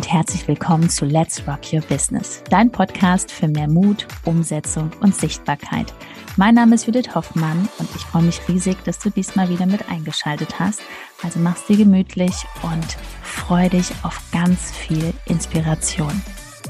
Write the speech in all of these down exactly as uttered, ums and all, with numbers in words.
und herzlich willkommen zu Let's Rock Your Business, dein Podcast für mehr Mut, Umsetzung und Sichtbarkeit. Mein Name ist Judith Hoffmann und ich freue mich riesig, dass du diesmal wieder mit eingeschaltet hast. Also mach's dir gemütlich und freu dich auf ganz viel Inspiration.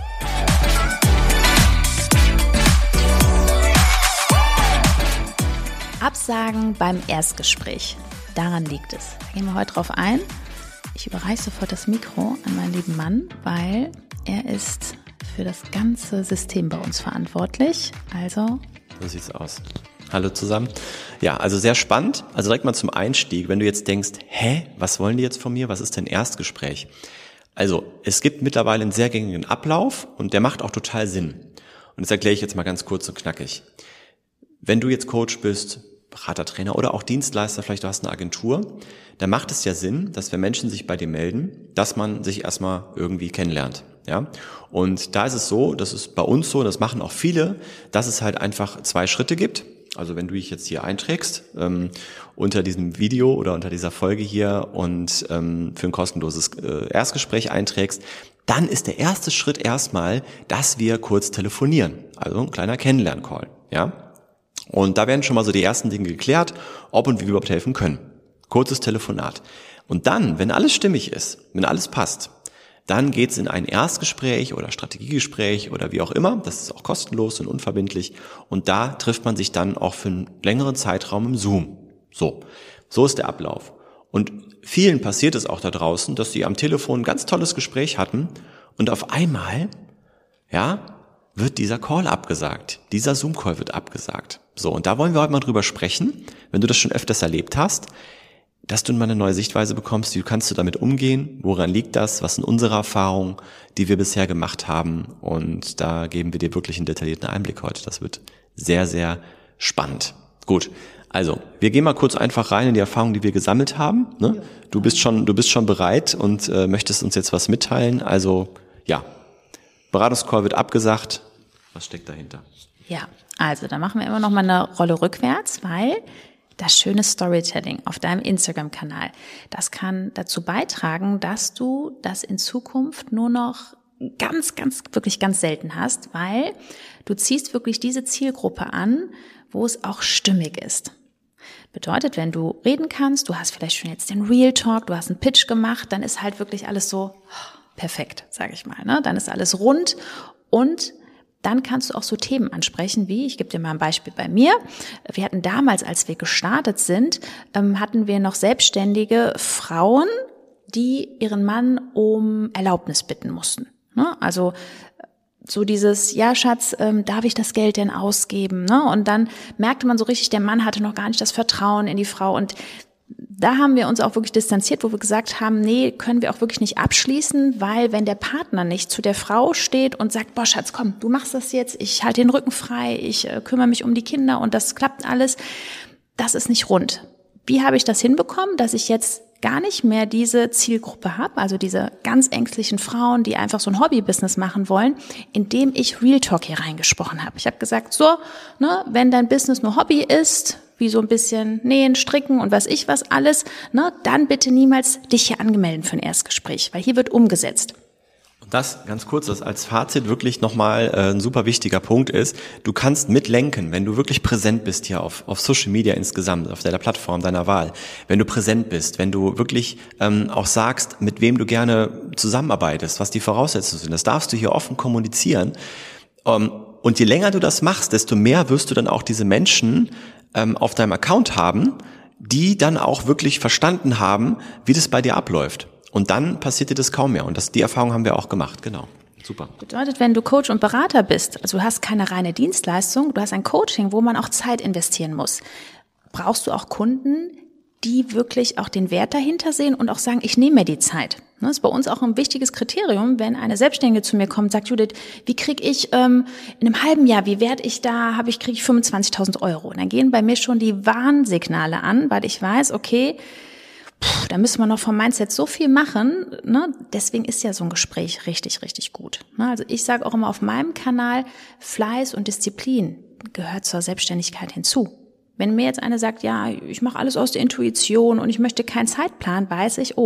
Absagen beim Erstgespräch. Daran liegt es. Da gehen wir heute drauf ein. Ich überreiche sofort das Mikro an meinen lieben Mann, weil er ist für das ganze System bei uns verantwortlich. Also... So sieht's aus. Hallo zusammen. Ja, also sehr spannend. Also direkt mal zum Einstieg. Wenn du jetzt denkst, hä, was wollen die jetzt von mir? Was ist denn Erstgespräch? Also es gibt mittlerweile einen sehr gängigen Ablauf und der macht auch total Sinn. Und das erkläre ich jetzt mal ganz kurz und knackig. Wenn du jetzt Coach bist, Berater, Trainer oder auch Dienstleister, vielleicht du hast eine Agentur, dann macht es ja Sinn, dass wenn Menschen sich bei dir melden, dass man sich erstmal irgendwie kennenlernt. Ja, und da ist es so, das ist bei uns so, das machen auch viele, dass es halt einfach zwei Schritte gibt. Also wenn du dich jetzt hier einträgst, ähm, unter diesem Video oder unter dieser Folge hier und ähm, für ein kostenloses äh, Erstgespräch einträgst, dann ist der erste Schritt erstmal, dass wir kurz telefonieren. Also ein kleiner Kennenlern-Call. Ja, und da werden schon mal so die ersten Dinge geklärt, ob und wie wir überhaupt helfen können. Kurzes Telefonat. Und dann, wenn alles stimmig ist, wenn alles passt, dann geht's in ein Erstgespräch oder Strategiegespräch oder wie auch immer. Das ist auch kostenlos und unverbindlich. Und da trifft man sich dann auch für einen längeren Zeitraum im Zoom. So, so ist der Ablauf. Und vielen passiert es auch da draußen, dass sie am Telefon ein ganz tolles Gespräch hatten und auf einmal, ja, wird dieser Call abgesagt. Dieser Zoom-Call wird abgesagt. So, und da wollen wir heute mal drüber sprechen, wenn du das schon öfters erlebt hast, dass du mal eine neue Sichtweise bekommst, wie kannst du damit umgehen, woran liegt das, was sind unsere Erfahrungen, die wir bisher gemacht haben, und da geben wir dir wirklich einen detaillierten Einblick heute. Das wird sehr, sehr spannend. Gut, also wir gehen mal kurz einfach rein in die Erfahrungen, die wir gesammelt haben. Ne? Du bist schon, du bist schon bereit und äh, möchtest uns jetzt was mitteilen. Also ja, Beratungscall wird abgesagt. Was steckt dahinter? Ja, also da machen wir immer noch mal eine Rolle rückwärts, weil das schöne Storytelling auf deinem Instagram-Kanal, das kann dazu beitragen, dass du das in Zukunft nur noch ganz, ganz, wirklich ganz selten hast, weil du ziehst wirklich diese Zielgruppe an, wo es auch stimmig ist. Bedeutet, wenn du reden kannst, du hast vielleicht schon jetzt den Real Talk, du hast einen Pitch gemacht, dann ist halt wirklich alles so perfekt, sage ich mal, ne? Dann ist alles rund und dann kannst du auch so Themen ansprechen wie, ich gebe dir mal ein Beispiel bei mir. Wir hatten damals, als wir gestartet sind, hatten wir noch selbstständige Frauen, die ihren Mann um Erlaubnis bitten mussten. Also so dieses, ja Schatz, darf ich das Geld denn ausgeben? Und dann merkte man so richtig, der Mann hatte noch gar nicht das Vertrauen in die Frau, und da haben wir uns auch wirklich distanziert, wo wir gesagt haben, nee, können wir auch wirklich nicht abschließen, weil wenn der Partner nicht zu der Frau steht und sagt, boah Schatz, komm, du machst das jetzt, ich halte den Rücken frei, ich äh, kümmere mich um die Kinder und das klappt alles, das ist nicht rund. Wie habe ich das hinbekommen, dass ich jetzt gar nicht mehr diese Zielgruppe habe, also diese ganz ängstlichen Frauen, die einfach so ein Hobby-Business machen wollen, indem ich Real Talk hier reingesprochen habe. Ich habe gesagt, so, ne, wenn dein Business nur Hobby ist, wie so ein bisschen nähen, stricken und was ich was alles, ne, dann bitte niemals dich hier angemeldet für ein Erstgespräch, weil hier wird umgesetzt. Und das, ganz kurz, das als Fazit wirklich nochmal äh, ein super wichtiger Punkt ist, du kannst mitlenken, wenn du wirklich präsent bist hier auf, auf Social Media insgesamt, auf deiner Plattform deiner Wahl, wenn du präsent bist, wenn du wirklich ähm, auch sagst, mit wem du gerne zusammenarbeitest, was die Voraussetzungen sind, das darfst du hier offen kommunizieren. Ähm, und je länger du das machst, desto mehr wirst du dann auch diese Menschen ähm, auf deinem Account haben, die dann auch wirklich verstanden haben, wie das bei dir abläuft. Und dann passiert dir das kaum mehr. Und das, die Erfahrung haben wir auch gemacht. Genau. Super. Bedeutet, wenn du Coach und Berater bist, also du hast keine reine Dienstleistung, du hast ein Coaching, wo man auch Zeit investieren muss, brauchst du auch Kunden, die wirklich auch den Wert dahinter sehen und auch sagen, ich nehme mir die Zeit. Das ist bei uns auch ein wichtiges Kriterium, wenn eine Selbstständige zu mir kommt und sagt, Judith, wie kriege ich ähm, in einem halben Jahr, wie werde ich da, habe ich kriege ich fünfundzwanzigtausend Euro. Und dann gehen bei mir schon die Warnsignale an, weil ich weiß, okay, puh, da müssen wir noch vom Mindset so viel machen. Ne? Deswegen ist ja so ein Gespräch richtig, richtig gut. Ne? Also ich sage auch immer auf meinem Kanal, Fleiß und Disziplin gehört zur Selbstständigkeit hinzu. Wenn mir jetzt eine sagt, ja, ich mache alles aus der Intuition und ich möchte keinen Zeitplan, weiß ich, oh,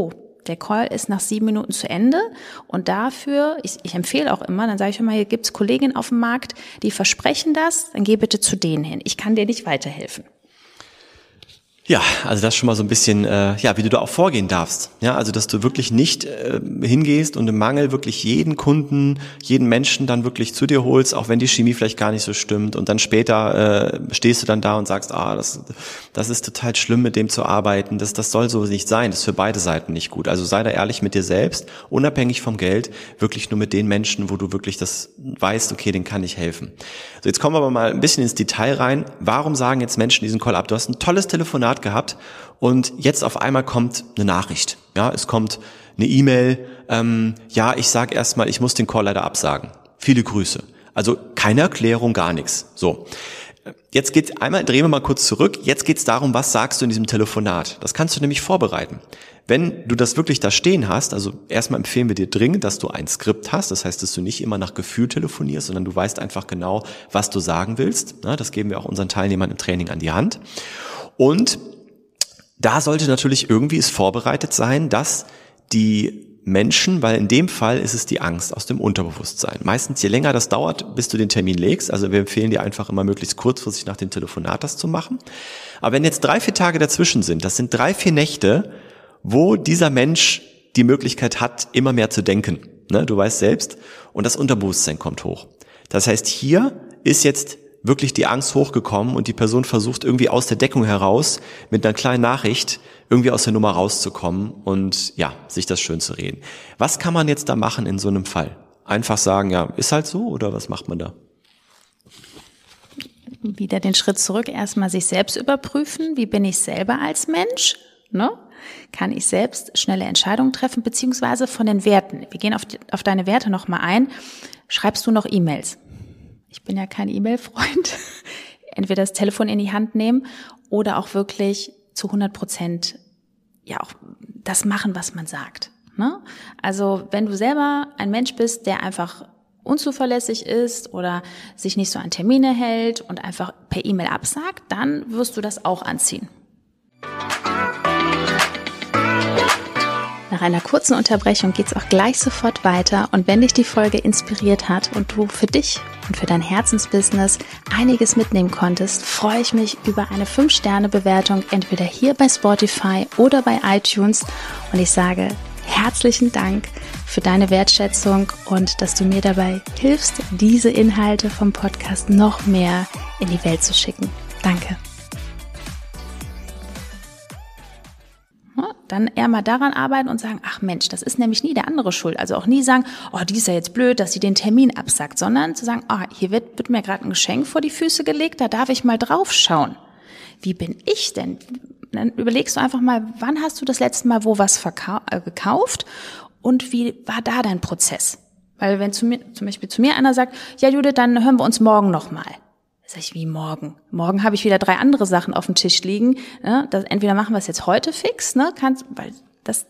der Call ist nach sieben Minuten zu Ende und dafür, ich, ich empfehle auch immer, dann sage ich immer, hier gibt's Kolleginnen auf dem Markt, die versprechen das, dann geh bitte zu denen hin. Ich kann dir nicht weiterhelfen. Ja, also das ist schon mal so ein bisschen, äh, ja, wie du da auch vorgehen darfst. Ja, also dass du wirklich nicht äh, hingehst und im Mangel wirklich jeden Kunden, jeden Menschen dann wirklich zu dir holst, auch wenn die Chemie vielleicht gar nicht so stimmt. Und dann später äh, stehst du dann da und sagst, ah, das, das ist total schlimm, mit dem zu arbeiten. Das, das soll so nicht sein. Das ist für beide Seiten nicht gut. Also sei da ehrlich mit dir selbst, unabhängig vom Geld, wirklich nur mit den Menschen, wo du wirklich das weißt, okay, denen kann ich helfen. So, jetzt kommen wir aber mal ein bisschen ins Detail rein. Warum sagen jetzt Menschen diesen Call ab? Du hast ein tolles Telefonat gehabt und jetzt auf einmal kommt eine Nachricht. Ja, es kommt eine E-Mail. Ähm, ja, ich sage erstmal, ich muss den Call leider absagen. Viele Grüße. Also keine Erklärung, gar nichts. So. Jetzt geht's einmal, drehen wir mal kurz zurück. Jetzt geht's darum, was sagst du in diesem Telefonat? Das kannst du nämlich vorbereiten. Wenn du das wirklich da stehen hast, also erstmal empfehlen wir dir dringend, dass du ein Skript hast. Das heißt, dass du nicht immer nach Gefühl telefonierst, sondern du weißt einfach genau, was du sagen willst. Das geben wir auch unseren Teilnehmern im Training an die Hand. Und da sollte natürlich irgendwie es vorbereitet sein, dass die Menschen, weil in dem Fall ist es die Angst aus dem Unterbewusstsein. Meistens, je länger das dauert, bis du den Termin legst, also wir empfehlen dir einfach immer möglichst kurzfristig nach dem Telefonat das zu machen. Aber wenn jetzt drei, vier Tage dazwischen sind, das sind drei, vier Nächte, wo dieser Mensch die Möglichkeit hat, immer mehr zu denken. Ne, du weißt selbst, und das Unterbewusstsein kommt hoch. Das heißt, hier ist jetzt wirklich die Angst hochgekommen und die Person versucht irgendwie aus der Deckung heraus mit einer kleinen Nachricht irgendwie aus der Nummer rauszukommen und ja, sich das schön zu reden. Was kann man jetzt da machen in so einem Fall? Einfach sagen, ja, ist halt so, oder was macht man da? Wieder den Schritt zurück, erstmal sich selbst überprüfen, wie bin ich selber als Mensch, ne? Kann ich selbst schnelle Entscheidungen treffen, beziehungsweise von den Werten. Wir gehen auf, die, auf deine Werte nochmal ein. Schreibst du noch E-Mails? Ich bin ja kein E-Mail-Freund. Entweder das Telefon in die Hand nehmen oder auch wirklich zu hundert Prozent ja auch das machen, was man sagt. Ne? Also wenn du selber ein Mensch bist, der einfach unzuverlässig ist oder sich nicht so an Termine hält und einfach per E-Mail absagt, dann wirst du das auch anziehen. Nach einer kurzen Unterbrechung geht's auch gleich sofort weiter und wenn dich die Folge inspiriert hat und du für dich und für dein Herzensbusiness einiges mitnehmen konntest, freue ich mich über eine fünf Sterne Bewertung entweder hier bei Spotify oder bei iTunes und ich sage herzlichen Dank für deine Wertschätzung und dass du mir dabei hilfst, diese Inhalte vom Podcast noch mehr in die Welt zu schicken. Danke. Dann eher mal daran arbeiten und sagen, ach Mensch, das ist nämlich nie der andere schuld. Also auch nie sagen, oh, die ist ja jetzt blöd, dass sie den Termin absagt, sondern zu sagen, ah, oh, hier wird, wird mir gerade ein Geschenk vor die Füße gelegt, da darf ich mal drauf schauen. Wie bin ich denn? Dann überlegst du einfach mal, wann hast du das letzte Mal wo was verkau- äh, gekauft und wie war da dein Prozess? Weil wenn zu mir, zum Beispiel zu mir einer sagt, ja Judith, dann hören wir uns morgen nochmal. Sag ich, wie morgen? Morgen habe ich wieder drei andere Sachen auf dem Tisch liegen. Ne? Das, entweder machen wir es jetzt heute fix, ne? Kannst, weil das,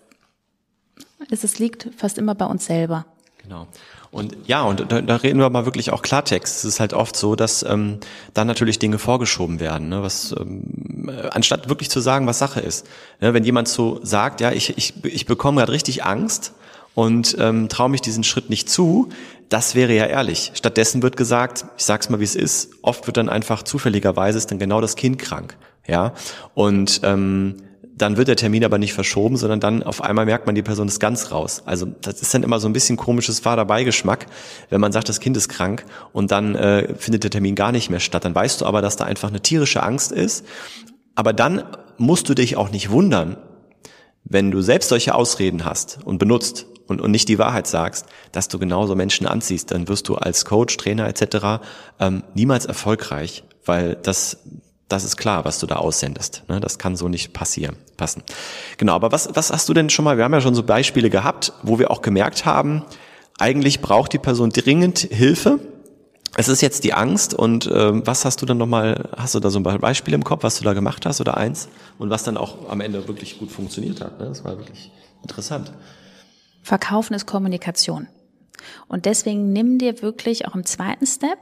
das, das liegt fast immer bei uns selber. Genau. Und ja, und da, da reden wir mal wirklich auch Klartext. Es ist halt oft so, dass ähm, dann natürlich Dinge vorgeschoben werden, ne? Was ähm, anstatt wirklich zu sagen, was Sache ist. Ne? Wenn jemand so sagt, ja, ich ich ich bekomme gerade richtig Angst und ähm, traue mich diesen Schritt nicht zu, das wäre ja ehrlich. Stattdessen wird gesagt, ich sag's mal, wie es ist, oft wird dann einfach zufälligerweise ist dann genau das Kind krank, ja, und ähm, dann wird der Termin aber nicht verschoben, sondern dann auf einmal merkt man, die Person ist ganz raus. Also das ist dann immer so ein bisschen komisches Fahrerbeigeschmack, wenn man sagt, das Kind ist krank und dann äh, findet der Termin gar nicht mehr statt. Dann weißt du aber, dass da einfach eine tierische Angst ist, aber dann musst du dich auch nicht wundern, wenn du selbst solche Ausreden hast und benutzt und, und nicht die Wahrheit sagst, dass du genauso Menschen anziehst, dann wirst du als Coach, Trainer et cetera ähm, niemals erfolgreich, weil das das ist klar, was du da aussendest. Ne? Das kann so nicht passieren, passen. Genau, aber was was hast du denn schon mal, wir haben ja schon so Beispiele gehabt, wo wir auch gemerkt haben, eigentlich braucht die Person dringend Hilfe. Es ist jetzt die Angst und ähm, was hast du dann nochmal, hast du da so ein Beispiel im Kopf, was du da gemacht hast oder eins und was dann auch am Ende wirklich gut funktioniert hat? Ne? Das war wirklich interessant. Verkaufen ist Kommunikation und deswegen nimm dir wirklich auch im zweiten Step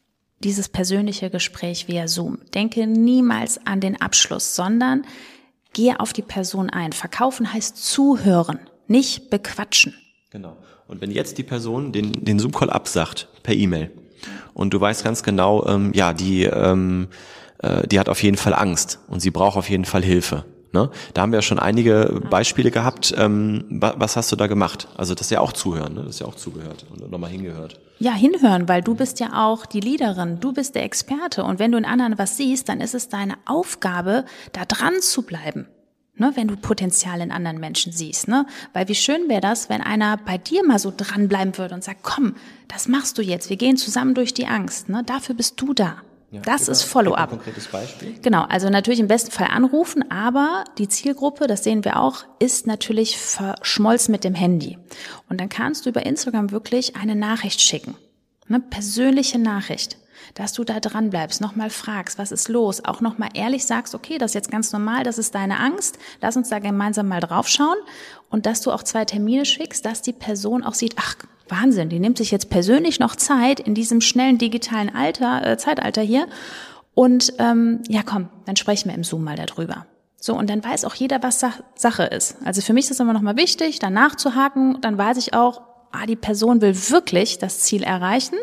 dieses persönliche Gespräch via Zoom. Denke niemals an den Abschluss, sondern Gehe auf die Person ein. Verkaufen heißt zuhören, nicht bequatschen. Genau. Und wenn jetzt die Person den, den Zoom-Call absagt per E-Mail und du weißt ganz genau, ähm, ja, die, ähm, äh, die hat auf jeden Fall Angst und sie braucht auf jeden Fall Hilfe. Ne? Da haben wir ja schon einige Beispiele gehabt. Ähm, was hast du da gemacht? Also das ist ja auch zuhören, ne? Das ist ja auch zugehört und nochmal hingehört. Ja, hinhören, weil du bist ja auch die Leaderin, du bist der Experte und wenn du in anderen was siehst, dann ist es deine Aufgabe, da dran zu bleiben. Ne, wenn du Potenzial in anderen Menschen siehst, ne? Weil wie schön wäre das, wenn einer bei dir mal so dranbleiben würde und sagt, komm, das machst du jetzt, wir gehen zusammen durch die Angst, ne? Dafür bist du da. Ja, das ist Follow-up. Ein konkretes Beispiel. Genau, also natürlich im besten Fall anrufen, aber die Zielgruppe, das sehen wir auch, ist natürlich verschmolzen mit dem Handy. Und dann kannst du über Instagram wirklich eine Nachricht schicken, eine persönliche Nachricht, dass du da dran bleibst, nochmal fragst, was ist los, auch nochmal ehrlich sagst, okay, das ist jetzt ganz normal, das ist deine Angst, lass uns da gemeinsam mal draufschauen und dass du auch zwei Termine schickst, dass die Person auch sieht, ach, Wahnsinn, die nimmt sich jetzt persönlich noch Zeit in diesem schnellen digitalen Alter, äh, Zeitalter hier und ähm, ja komm, dann sprechen wir im Zoom mal darüber. So, und dann weiß auch jeder, was Sa- Sache ist. Also für mich ist es immer nochmal wichtig, da nachzuhaken, dann weiß ich auch, ah, die Person will wirklich das Ziel erreichen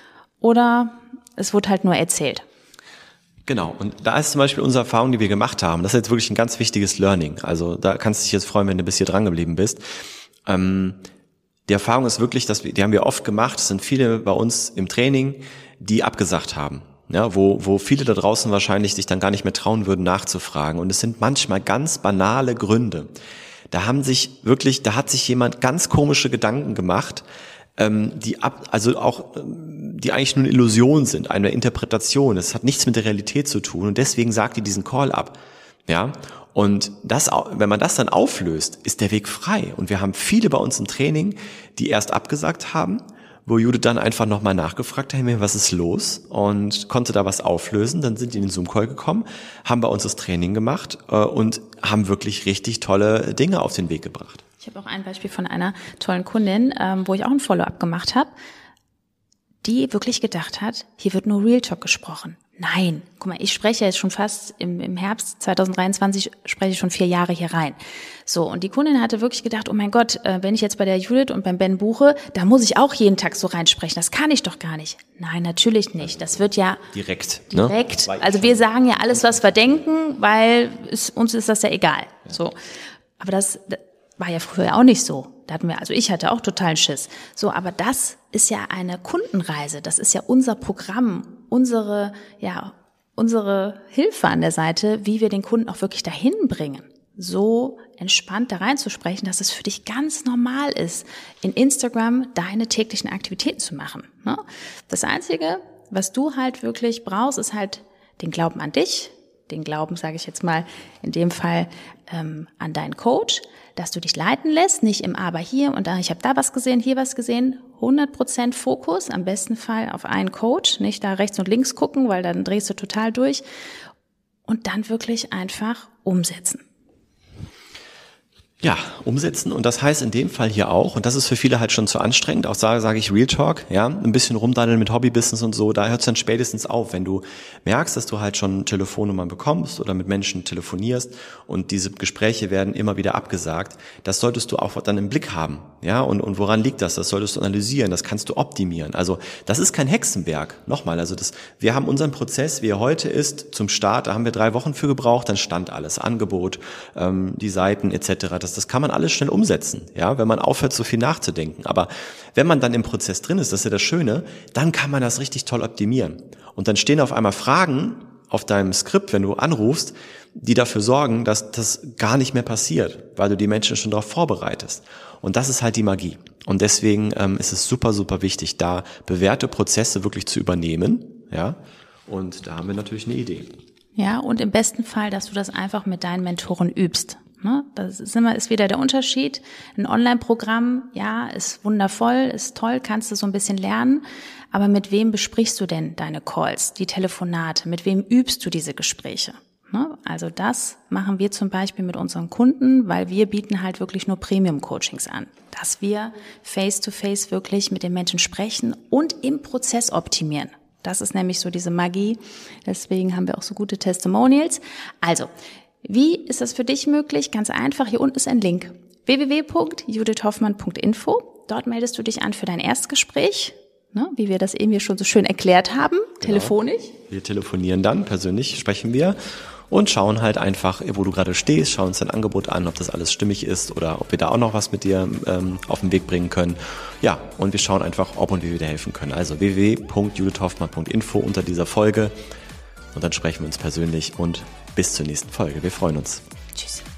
oder es wurde halt nur erzählt. Genau, und da ist zum Beispiel unsere Erfahrung, die wir gemacht haben, das ist jetzt wirklich ein ganz wichtiges Learning, also da kannst du dich jetzt freuen, wenn du bis hier dran geblieben bist. Ähm, die Erfahrung ist wirklich, dass wir, die haben wir oft gemacht, es sind viele bei uns im Training, die abgesagt haben, ja, wo, wo viele da draußen wahrscheinlich sich dann gar nicht mehr trauen würden, nachzufragen und es sind manchmal ganz banale Gründe. Da haben sich wirklich, da hat sich jemand ganz komische Gedanken gemacht, die ab, also auch, die eigentlich nur eine Illusion sind, eine Interpretation. Es hat nichts mit der Realität zu tun und deswegen sagt die diesen Call ab, ja. Und das, wenn man das dann auflöst, ist der Weg frei. Und wir haben viele bei uns im Training, die erst abgesagt haben, wo Judith dann einfach nochmal nachgefragt hat, was ist los? Und konnte da was auflösen. Dann sind die in den Zoom-Call gekommen, haben bei uns das Training gemacht äh, und haben wirklich richtig tolle Dinge auf den Weg gebracht. Ich habe auch ein Beispiel von einer tollen Kundin, ähm, wo ich auch ein Follow-up gemacht habe, die wirklich gedacht hat, hier wird nur Real Talk gesprochen. Nein, guck mal, ich spreche jetzt schon fast im, im Herbst zwanzig dreiundzwanzig, spreche ich schon vier Jahre hier rein. So, und die Kundin hatte wirklich gedacht, oh mein Gott, äh, wenn ich jetzt bei der Judith und beim Ben buche, da muss ich auch jeden Tag so reinsprechen. Das kann ich doch gar nicht. Nein, natürlich nicht. Das wird ja direkt. Direkt. Ne? Also wir sagen ja alles, was wir denken, weil es, uns ist das ja egal. Ja. So, aber das war ja früher auch nicht so. Da hatten wir, also ich hatte auch totalen Schiss. So, aber das ist ja eine Kundenreise. Das ist ja unser Programm, unsere, ja, unsere Hilfe an der Seite, wie wir den Kunden auch wirklich dahin bringen, so entspannt da reinzusprechen, dass es für dich ganz normal ist, in Instagram deine täglichen Aktivitäten zu machen. Ne? Das Einzige, was du halt wirklich brauchst, ist halt den Glauben an dich, den Glauben, sage ich jetzt mal, in dem Fall ähm, an deinen Coach, dass du dich leiten lässt, nicht im Aber hier und da, ich habe da was gesehen, hier was gesehen, hundert Prozent Fokus, am besten Fall auf einen Coach, nicht da rechts und links gucken, weil dann drehst du total durch und dann wirklich einfach umsetzen. Ja, umsetzen und das heißt in dem Fall hier auch, und das ist für viele halt schon zu anstrengend, auch sage, sage ich Real Talk, ja, ein bisschen rumdaddeln mit Hobbybusiness und so, da hört es dann spätestens auf, wenn du merkst, dass du halt schon Telefonnummern bekommst oder mit Menschen telefonierst und diese Gespräche werden immer wieder abgesagt, das solltest du auch dann im Blick haben, ja, und, und woran liegt das? Das solltest du analysieren, das kannst du optimieren, also das ist kein Hexenwerk, nochmal, also das, wir haben unseren Prozess, wie er heute ist, zum Start, da haben wir drei Wochen für gebraucht, dann stand alles, Angebot, ähm, die Seiten et cetera. Das, das kann man alles schnell umsetzen, ja, wenn man aufhört, so viel nachzudenken. Aber wenn man dann im Prozess drin ist, das ist ja das Schöne, dann kann man das richtig toll optimieren. Und dann stehen auf einmal Fragen auf deinem Skript, wenn du anrufst, die dafür sorgen, dass das gar nicht mehr passiert, weil du die Menschen schon darauf vorbereitest. Und das ist halt die Magie. Und deswegen ähm, ist es super, super wichtig, da bewährte Prozesse wirklich zu übernehmen, ja. Und da haben wir natürlich eine Idee. Ja, und im besten Fall, dass du das einfach mit deinen Mentoren übst. Das ist immer, ist wieder der Unterschied. Ein Online-Programm, ja, ist wundervoll, ist toll, kannst du so ein bisschen lernen. Aber mit wem besprichst du denn deine Calls, die Telefonate? Mit wem übst du diese Gespräche? Also das machen wir zum Beispiel mit unseren Kunden, weil wir bieten halt wirklich nur Premium-Coachings an. Dass wir face-to-face wirklich mit den Menschen sprechen und im Prozess optimieren. Das ist nämlich so diese Magie. Deswegen haben wir auch so gute Testimonials. Also, Wie ist das für dich möglich? Ganz einfach, hier unten ist ein Link. w w w punkt judith hoffmann punkt info. Dort meldest du dich an für dein Erstgespräch, ne, wie wir das eben hier schon so schön erklärt haben, genau. Telefonisch. Wir telefonieren dann, persönlich sprechen wir und schauen halt einfach, wo du gerade stehst, schauen uns dein Angebot an, ob das alles stimmig ist oder ob wir da auch noch was mit dir ähm, auf den Weg bringen können. Ja, und wir schauen einfach, ob und wie wir dir helfen können. Also w w w punkt judith hoffmann punkt info unter dieser Folge und dann sprechen wir uns persönlich und bis zur nächsten Folge. Wir freuen uns. Tschüss.